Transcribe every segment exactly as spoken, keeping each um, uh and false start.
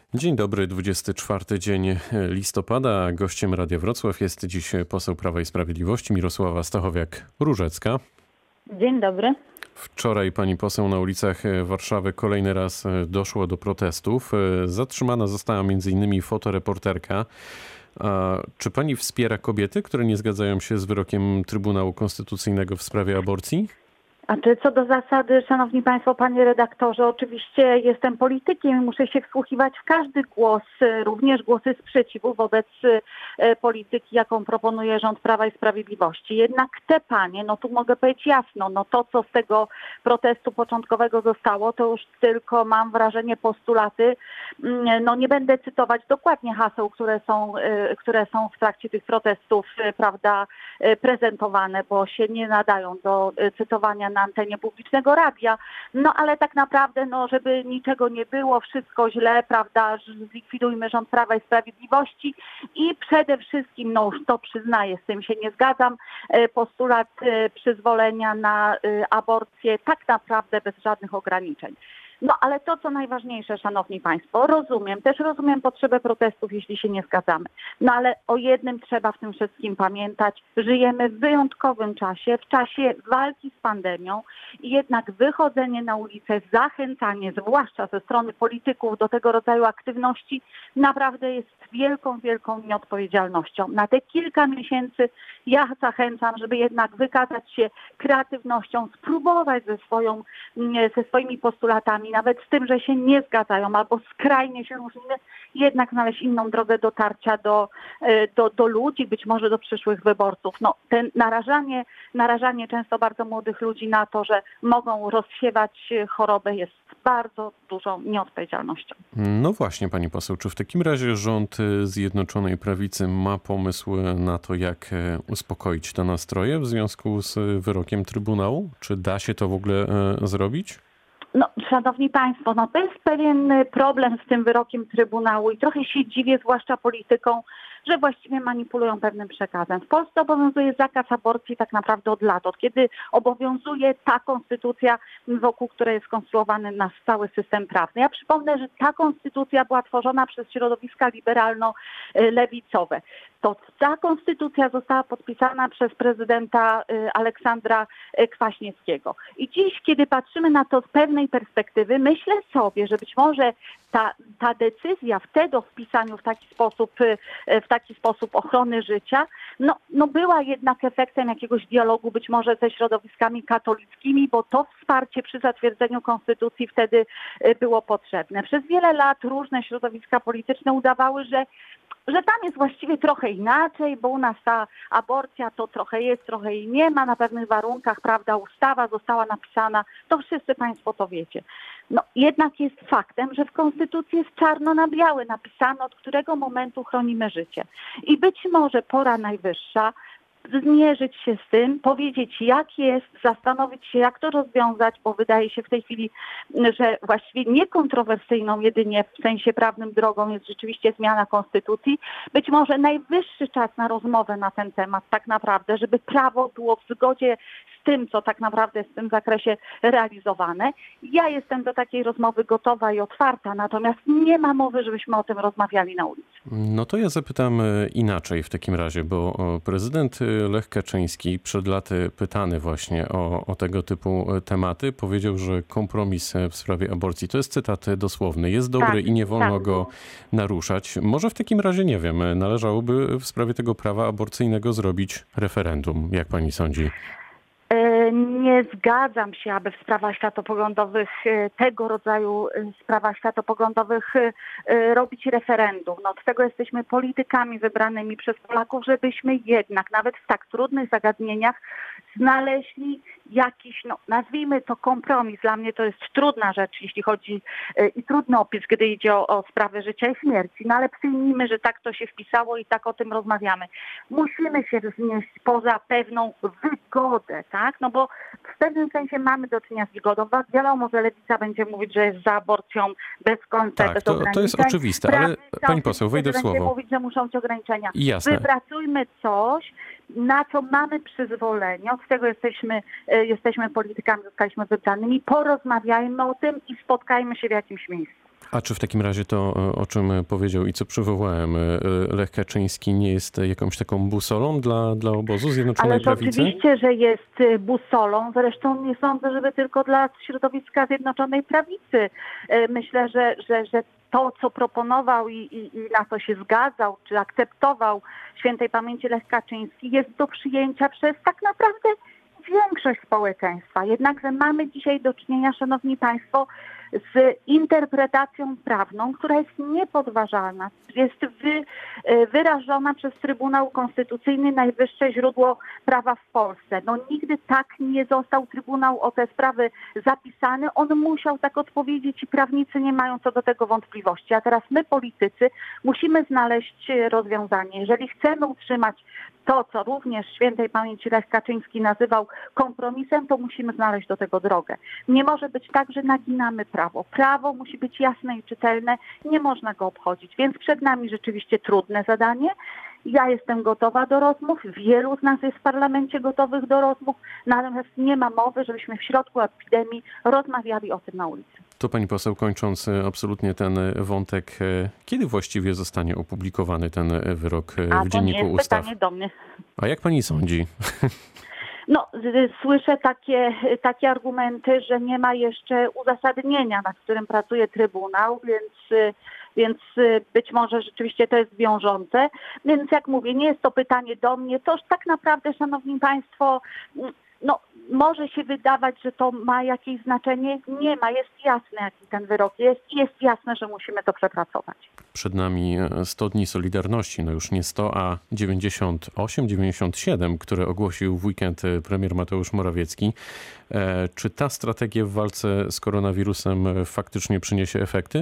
Dzień dobry, dwudziesty czwarty dzień listopada. Gościem Radia Wrocław jest dziś poseł Prawa i Sprawiedliwości Mirosława Stachowiak-Różecka. Dzień dobry. Wczoraj pani poseł na ulicach Warszawy kolejny raz doszło do protestów. Zatrzymana została między innymi fotoreporterka. A czy pani wspiera kobiety, które nie zgadzają się z wyrokiem Trybunału Konstytucyjnego w sprawie aborcji? A czy co do zasady, szanowni państwo, panie redaktorze, oczywiście jestem politykiem i muszę się wsłuchiwać w każdy głos, również głosy sprzeciwu wobec polityki, jaką proponuje rząd Prawa i Sprawiedliwości. Jednak te panie, no tu mogę powiedzieć jasno, no to co z tego protestu początkowego zostało, to już tylko mam wrażenie postulaty. No nie będę cytować dokładnie haseł, które są, które są w trakcie tych protestów, prawda, prezentowane, bo się nie nadają do cytowania na antenie publicznego radia, no ale tak naprawdę, no żeby niczego nie było, wszystko źle, prawda, zlikwidujmy rząd Prawa i Sprawiedliwości i przede wszystkim, no już to przyznaję, z tym się nie zgadzam, postulat przyzwolenia na aborcję tak naprawdę bez żadnych ograniczeń. No ale to, co najważniejsze, szanowni państwo, rozumiem, też rozumiem potrzebę protestów, jeśli się nie zgadzamy. No ale o jednym trzeba w tym wszystkim pamiętać. Żyjemy w wyjątkowym czasie, w czasie walki z pandemią i jednak wychodzenie na ulicę, zachęcanie, zwłaszcza ze strony polityków do tego rodzaju aktywności naprawdę jest wielką, wielką nieodpowiedzialnością. Na te kilka miesięcy ja zachęcam, żeby jednak wykazać się kreatywnością, spróbować ze, swoją, ze swoimi postulatami, nawet z tym, że się nie zgadzają albo skrajnie się różnimy, jednak znaleźć inną drogę dotarcia do, do, do ludzi, być może do przyszłych wyborców. No, ten narażanie, narażanie często bardzo młodych ludzi na to, że mogą rozsiewać chorobę, jest bardzo dużą nieodpowiedzialnością. No właśnie, pani poseł, czy w takim razie rząd Zjednoczonej Prawicy ma pomysł na to, jak uspokoić te nastroje w związku z wyrokiem Trybunału? Czy da się to w ogóle zrobić? No, szanowni państwo, no to jest pewien problem z tym wyrokiem Trybunału i trochę się dziwię, zwłaszcza polityką, że właściwie manipulują pewnym przekazem. W Polsce obowiązuje zakaz aborcji tak naprawdę od lat, od kiedy obowiązuje ta konstytucja, wokół której jest skonstruowany nasz cały system prawny. Ja przypomnę, że ta konstytucja była tworzona przez środowiska liberalno-lewicowe. To ta konstytucja została podpisana przez prezydenta Aleksandra Kwaśniewskiego. I dziś, kiedy patrzymy na to z pewnej perspektywy, myślę sobie, że być może ta, ta decyzja wtedy o wpisaniu w taki sposób, w taki sposób ochrony życia, no, no była jednak efektem jakiegoś dialogu być może ze środowiskami katolickimi, bo to wsparcie przy zatwierdzeniu konstytucji wtedy było potrzebne. Przez wiele lat różne środowiska polityczne udawały, że że tam jest właściwie trochę inaczej, bo u nas ta aborcja to trochę jest, trochę jej nie ma, na pewnych warunkach, prawda, ustawa została napisana, to wszyscy państwo to wiecie. No jednak jest faktem, że w Konstytucji jest czarno na białe napisane, od którego momentu chronimy życie. I być może pora najwyższa zmierzyć się z tym, powiedzieć jak jest, zastanowić się jak to rozwiązać, bo wydaje się w tej chwili, że właściwie niekontrowersyjną jedynie w sensie prawnym drogą jest rzeczywiście zmiana konstytucji. Być może najwyższy czas na rozmowę na ten temat tak naprawdę, żeby prawo było w zgodzie z tym, co tak naprawdę jest w tym zakresie realizowane. Ja jestem do takiej rozmowy gotowa i otwarta, natomiast nie ma mowy, żebyśmy o tym rozmawiali na ulicy. No to ja zapytam inaczej w takim razie, bo prezydent Lech Kaczyński przed laty pytany właśnie o, o tego typu tematy powiedział, że kompromis w sprawie aborcji, to jest cytat dosłowny, jest dobry tak, i nie wolno tak. go naruszać. Może w takim razie, nie wiem, należałoby w sprawie tego prawa aborcyjnego zrobić referendum, jak pani sądzi? Nie zgadzam się, aby w sprawach światopoglądowych, tego rodzaju sprawach światopoglądowych robić referendum. No, od tego jesteśmy politykami wybranymi przez Polaków, żebyśmy jednak nawet w tak trudnych zagadnieniach znaleźli jakiś, no nazwijmy to kompromis. Dla mnie to jest trudna rzecz, jeśli chodzi i trudny opis, gdy idzie o, o sprawę życia i śmierci. No ale przyjmijmy, że tak to się wpisało i tak o tym rozmawiamy. Musimy się wznieść poza pewną wygodę, tak? No bo w pewnym sensie mamy do czynienia z wygodą. Wiadomo, że lewica będzie mówić, że jest za aborcją bez końca, tak, bez to, ograniczeń. to jest oczywiste, ale pani poseł, wejdę w słowo. Będzie mówić, że muszą być ograniczenia. Jasne. Wypracujmy coś, na co mamy przyzwolenie, od tego jesteśmy, jesteśmy politykami, zostaliśmy wybranymi, porozmawiajmy o tym i spotkajmy się w jakimś miejscu. A czy w takim razie to, o czym powiedział i co przywołałem, Lech Kaczyński nie jest jakąś taką busolą dla, dla obozu Zjednoczonej Ależ Prawicy? oczywiście, że jest busolą. Zresztą nie sądzę, żeby tylko dla środowiska Zjednoczonej Prawicy. Myślę, że, że, że to, co proponował i, i, i na co się zgadzał, czy akceptował świętej pamięci Lech Kaczyński, jest do przyjęcia przez tak naprawdę większość społeczeństwa. Jednakże mamy dzisiaj do czynienia, szanowni państwo, z interpretacją prawną, która jest niepodważalna, jest wy, wyrażona przez Trybunał Konstytucyjny, najwyższe źródło prawa w Polsce. No nigdy tak nie został Trybunał o te sprawy zapisany. On musiał tak odpowiedzieć i prawnicy nie mają co do tego wątpliwości. A teraz my, politycy, musimy znaleźć rozwiązanie. Jeżeli chcemy utrzymać to, co również świętej pamięci Lech Kaczyński nazywał kompromisem, to musimy znaleźć do tego drogę. Nie może być tak, że naginamy prawo. Prawo musi być jasne i czytelne, nie można go obchodzić. Więc przed nami rzeczywiście trudne zadanie. Ja jestem gotowa do rozmów, wielu z nas jest w parlamencie gotowych do rozmów, natomiast nie ma mowy, żebyśmy w środku epidemii rozmawiali o tym na ulicy. To pani poseł, kończąc absolutnie ten wątek, kiedy właściwie zostanie opublikowany ten wyrok A, w Dzienniku to nie jest Ustaw? pytanie do mnie. A jak pani sądzi? No, słyszę takie, takie argumenty, że nie ma jeszcze uzasadnienia, nad którym pracuje Trybunał, więc, więc być może rzeczywiście to jest wiążące. Więc jak mówię, nie jest to pytanie do mnie, to już tak naprawdę, szanowni państwo, no może się wydawać, że to ma jakieś znaczenie. Nie ma, jest jasne, jaki ten wyrok jest i jest jasne, że musimy to przepracować. Przed nami sto dni Solidarności, no już nie sto, a dziewięćdziesiąt osiem, dziewięćdziesiąt siedem, które ogłosił w weekend premier Mateusz Morawiecki. Czy ta strategia w walce z koronawirusem faktycznie przyniesie efekty?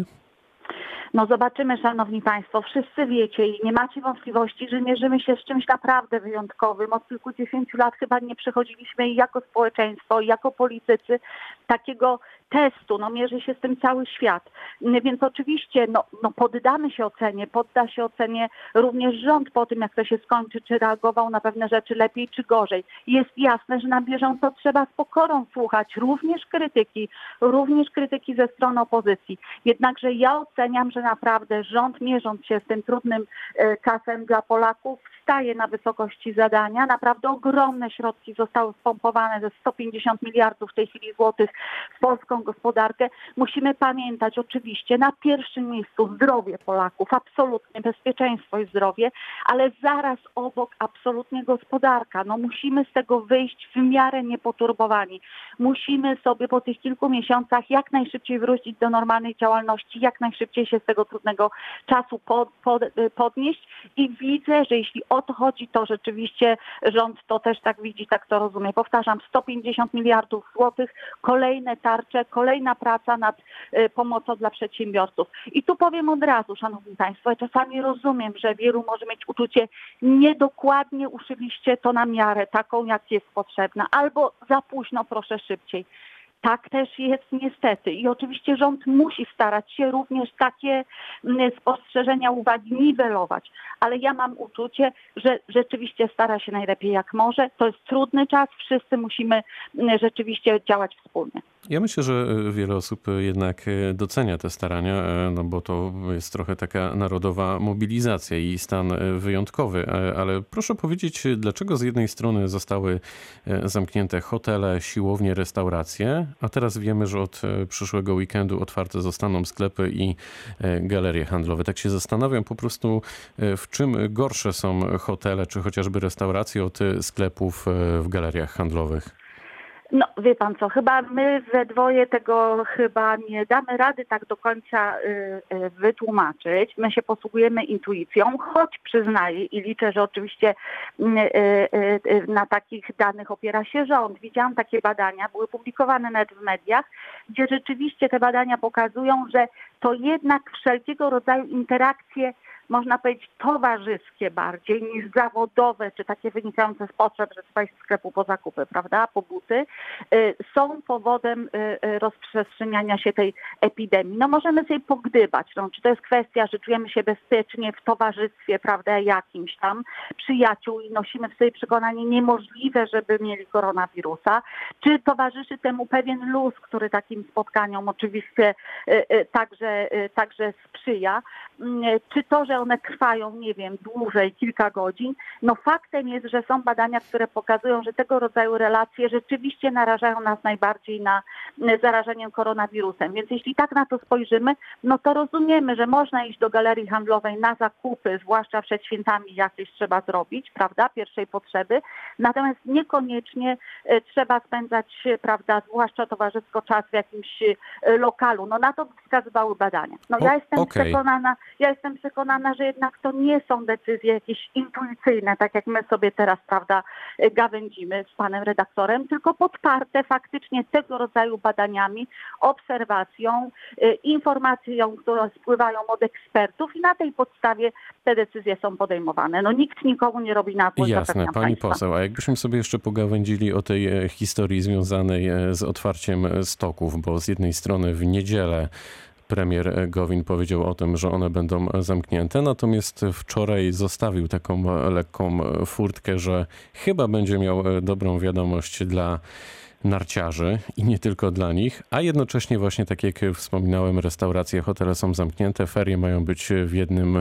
No zobaczymy, szanowni państwo, wszyscy wiecie i nie macie wątpliwości, że mierzymy się z czymś naprawdę wyjątkowym. Od kilkudziesięciu lat chyba nie przechodziliśmy i jako społeczeństwo, i jako politycy takiego testu, no mierzy się z tym cały świat. Więc oczywiście no, no poddamy się ocenie, podda się ocenie również rząd po tym, jak to się skończy, czy reagował na pewne rzeczy lepiej, czy gorzej. Jest jasne, że na bieżąco trzeba z pokorą słuchać również krytyki, również krytyki ze strony opozycji. Jednakże ja oceniam, że naprawdę rząd, mierząc się z tym trudnym e, czasem dla Polaków, staje na wysokości zadania. Naprawdę ogromne środki zostały wpompowane, ze sto pięćdziesiąt miliardów w tej chwili złotych w polską gospodarkę. Musimy pamiętać oczywiście na pierwszym miejscu zdrowie Polaków, absolutnie bezpieczeństwo i zdrowie, ale zaraz obok absolutnie gospodarka. No musimy z tego wyjść w miarę niepoturbowani. Musimy sobie po tych kilku miesiącach jak najszybciej wrócić do normalnej działalności, jak najszybciej się z tego trudnego czasu pod, pod, podnieść i widzę, że jeśli o to chodzi, to rzeczywiście rząd to też tak widzi, tak to rozumie. Powtarzam, sto pięćdziesiąt miliardów złotych, kolejne tarcze, kolejna praca nad y, pomocą dla przedsiębiorców. I tu powiem od razu, szanowni państwo, ja czasami rozumiem, że wielu może mieć uczucie, niedokładnie uszyliście to na miarę, taką jak jest potrzebna, albo za późno, proszę szybciej. Tak też jest niestety i oczywiście rząd musi starać się również takie spostrzeżenia, uwagi niwelować, ale ja mam uczucie, że rzeczywiście stara się najlepiej jak może. To jest trudny czas, wszyscy musimy rzeczywiście działać wspólnie. Ja myślę, że wiele osób jednak docenia te starania, no bo to jest trochę taka narodowa mobilizacja i stan wyjątkowy. Ale proszę powiedzieć, dlaczego z jednej strony zostały zamknięte hotele, siłownie, restauracje, a teraz wiemy, że od przyszłego weekendu otwarte zostaną sklepy i galerie handlowe. Tak się zastanawiam po prostu, w czym gorsze są hotele czy chociażby restauracje od sklepów w galeriach handlowych. No wie pan co, chyba my we dwoje tego chyba nie damy rady tak do końca y, y, wytłumaczyć. My się posługujemy intuicją, choć przyznaję i liczę, że oczywiście y, y, y, na takich danych opiera się rząd. Widziałam takie badania, były publikowane nawet w mediach, gdzie rzeczywiście te badania pokazują, że to jednak wszelkiego rodzaju interakcje można powiedzieć, towarzyskie bardziej niż zawodowe, czy takie wynikające z potrzeb, że trzeba iść z sklepu po zakupy, prawda, po buty, są powodem rozprzestrzeniania się tej epidemii. No możemy sobie pogdybać, no, czy to jest kwestia, że czujemy się bezpiecznie w towarzystwie, prawda, jakimś tam przyjaciół i nosimy w sobie przekonanie niemożliwe, żeby mieli koronawirusa, czy towarzyszy temu pewien luz, który takim spotkaniom oczywiście także, także sprzyja, czy to, że one trwają, nie wiem, dłużej, kilka godzin. No faktem jest, że są badania, które pokazują, że tego rodzaju relacje rzeczywiście narażają nas najbardziej na zarażenie koronawirusem. Więc jeśli tak na to spojrzymy, no to rozumiemy, że można iść do galerii handlowej na zakupy, zwłaszcza przed świętami jakieś trzeba zrobić, prawda, pierwszej potrzeby. Natomiast niekoniecznie trzeba spędzać, prawda, zwłaszcza towarzysko czas w jakimś lokalu. No na to wskazywały badania. No ja jestem okay. przekonana, ja jestem przekonana, że jednak to nie są decyzje jakieś intuicyjne, tak jak my sobie teraz, prawda, gawędzimy z panem redaktorem, tylko podparte faktycznie tego rodzaju badaniami, obserwacją, informacją, które spływają od ekspertów i na tej podstawie te decyzje są podejmowane. No nikt nikomu nie robi na złość. Jasne, pani państwa. Poseł, a jakbyśmy sobie jeszcze pogawędzili o tej historii związanej z otwarciem stoków, bo z jednej strony w niedzielę premier Gowin powiedział o tym, że one będą zamknięte, natomiast wczoraj zostawił taką lekką furtkę, że chyba będzie miał dobrą wiadomość dla narciarzy i nie tylko dla nich, a jednocześnie właśnie tak jak wspominałem, restauracje, hotele są zamknięte, ferie mają być w jednym,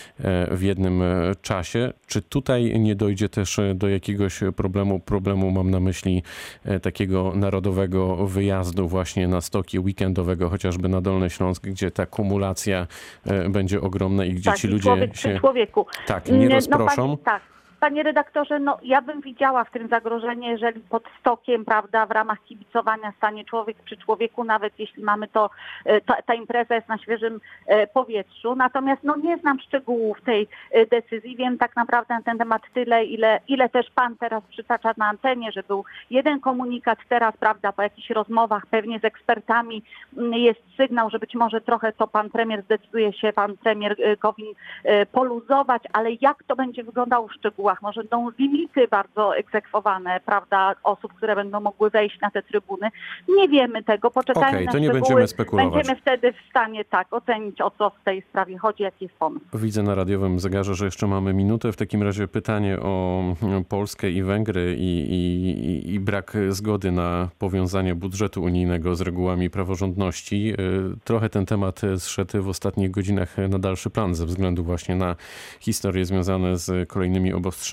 w jednym czasie. Czy tutaj nie dojdzie też do jakiegoś problemu? Problemu mam na myśli takiego narodowego wyjazdu właśnie na stoki weekendowego, chociażby na Dolny Śląsk, gdzie ta kumulacja będzie ogromna i gdzie tak, ci ludzie człowiek się przy człowieku. tak, nie No, rozproszą. pani, tak. Panie redaktorze, no ja bym widziała w tym zagrożenie, jeżeli pod stokiem, prawda, w ramach kibicowania stanie człowiek przy człowieku, nawet jeśli mamy to, ta, ta impreza jest na świeżym powietrzu. Natomiast no nie znam szczegółów tej decyzji. Wiem tak naprawdę na ten temat tyle, ile, ile też pan teraz przytacza na antenie, że był jeden komunikat teraz, prawda, po jakichś rozmowach pewnie z ekspertami jest sygnał, że być może trochę to pan premier zdecyduje się, pan premier Gowin poluzować, ale jak to będzie wyglądało w szczegółach? Może będą limity bardzo egzekwowane, prawda, osób, które będą mogły wejść na te trybuny. Nie wiemy tego, poczekajmy okay, na to nie szczegóły. Będziemy spekulować. Będziemy wtedy w stanie tak ocenić, o co w tej sprawie chodzi, jaki jest pomysł. Widzę na radiowym zegarze, że jeszcze mamy minutę. W takim razie pytanie o Polskę i Węgry i, i, i brak zgody na powiązanie budżetu unijnego z regułami praworządności. Trochę ten temat zszedł w ostatnich godzinach na dalszy plan ze względu właśnie na historie związane z kolejnymi obostrzeniami.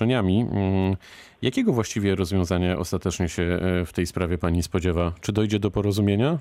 Jakiego właściwie rozwiązania ostatecznie się w tej sprawie pani spodziewa? Czy dojdzie do porozumienia?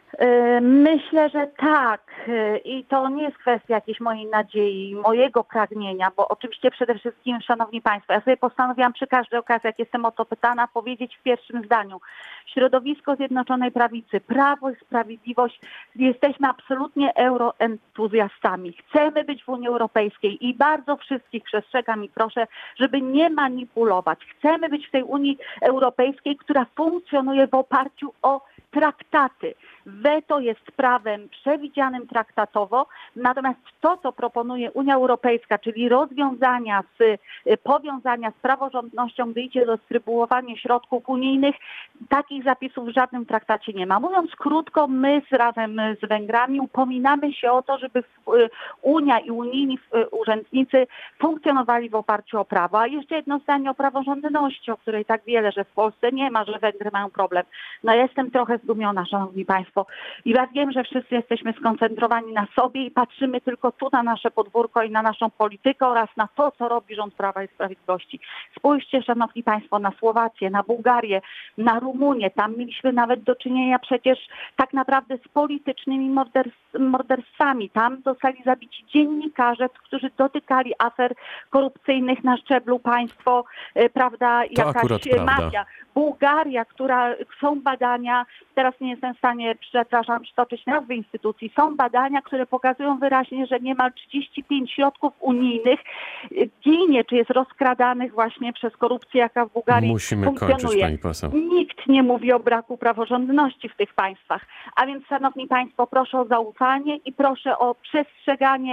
Myślę, że tak. I to nie jest kwestia jakiejś mojej nadziei, mojego pragnienia, bo oczywiście przede wszystkim, szanowni państwo, ja sobie postanowiłam przy każdej okazji, jak jestem o to pytana, powiedzieć w pierwszym zdaniu. Środowisko Zjednoczonej Prawicy, Prawo i Sprawiedliwość, jesteśmy absolutnie euroentuzjastami. Chcemy być w Unii Europejskiej i bardzo wszystkich przestrzegam i proszę, żeby nie manipulować. Chcemy być w tej Unii Europejskiej, która funkcjonuje w oparciu o traktaty. Weto jest prawem przewidzianym traktatowo, natomiast to, co proponuje Unia Europejska, czyli rozwiązania, z, powiązania z praworządnością, gdy idzie o dystrybuowanie środków unijnych, takich zapisów w żadnym traktacie nie ma. Mówiąc krótko, my z, razem z Węgrami upominamy się o to, żeby Unia i unijni urzędnicy funkcjonowali w oparciu o prawo. A jeszcze jedno zdanie o praworządności, o której tak wiele, że w Polsce nie ma, że Węgry mają problem. No ja jestem trochę zdumiona, szanowni państwo. I ja wiem, że wszyscy jesteśmy skoncentrowani na sobie i patrzymy tylko tu na nasze podwórko i na naszą politykę oraz na to, co robi rząd Prawa i Sprawiedliwości. Spójrzcie, szanowni państwo, na Słowację, na Bułgarię, na Rumunię. Tam mieliśmy nawet do czynienia przecież tak naprawdę z politycznymi morderstw- morderstwami. Tam zostali zabici dziennikarze, którzy dotykali afer korupcyjnych na szczeblu państwo, prawda, To jakaś mafia. Bułgaria, która są badania, teraz nie jestem w stanie, przepraszam, przytoczyć nazwy instytucji, są badania, które pokazują wyraźnie, że niemal trzydzieści pięć środków unijnych ginie, czy jest rozkradanych właśnie przez korupcję, jaka w Bułgarii Musimy funkcjonuje. kończyć, pani poseł. Nikt nie mówi o braku praworządności w tych państwach. A więc, szanowni państwo, proszę o zaufanie i proszę o przestrzeganie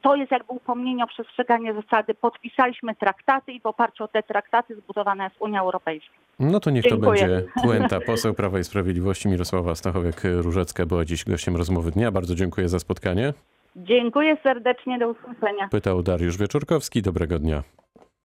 to jest jakby upomnienie o przestrzeganie zasady. Podpisaliśmy traktaty i w oparciu o te traktaty zbudowana jest Unia Europejska. No to niech Dziękuję. to będzie puenta. Poseł Prawa i Sprawiedliwości Mirosława Stachowiak-Różecka była dziś gościem rozmowy dnia. Bardzo dziękuję za spotkanie. Dziękuję serdecznie, do usłyszenia. Pytał Dariusz Wieczorkowski. Dobrego dnia.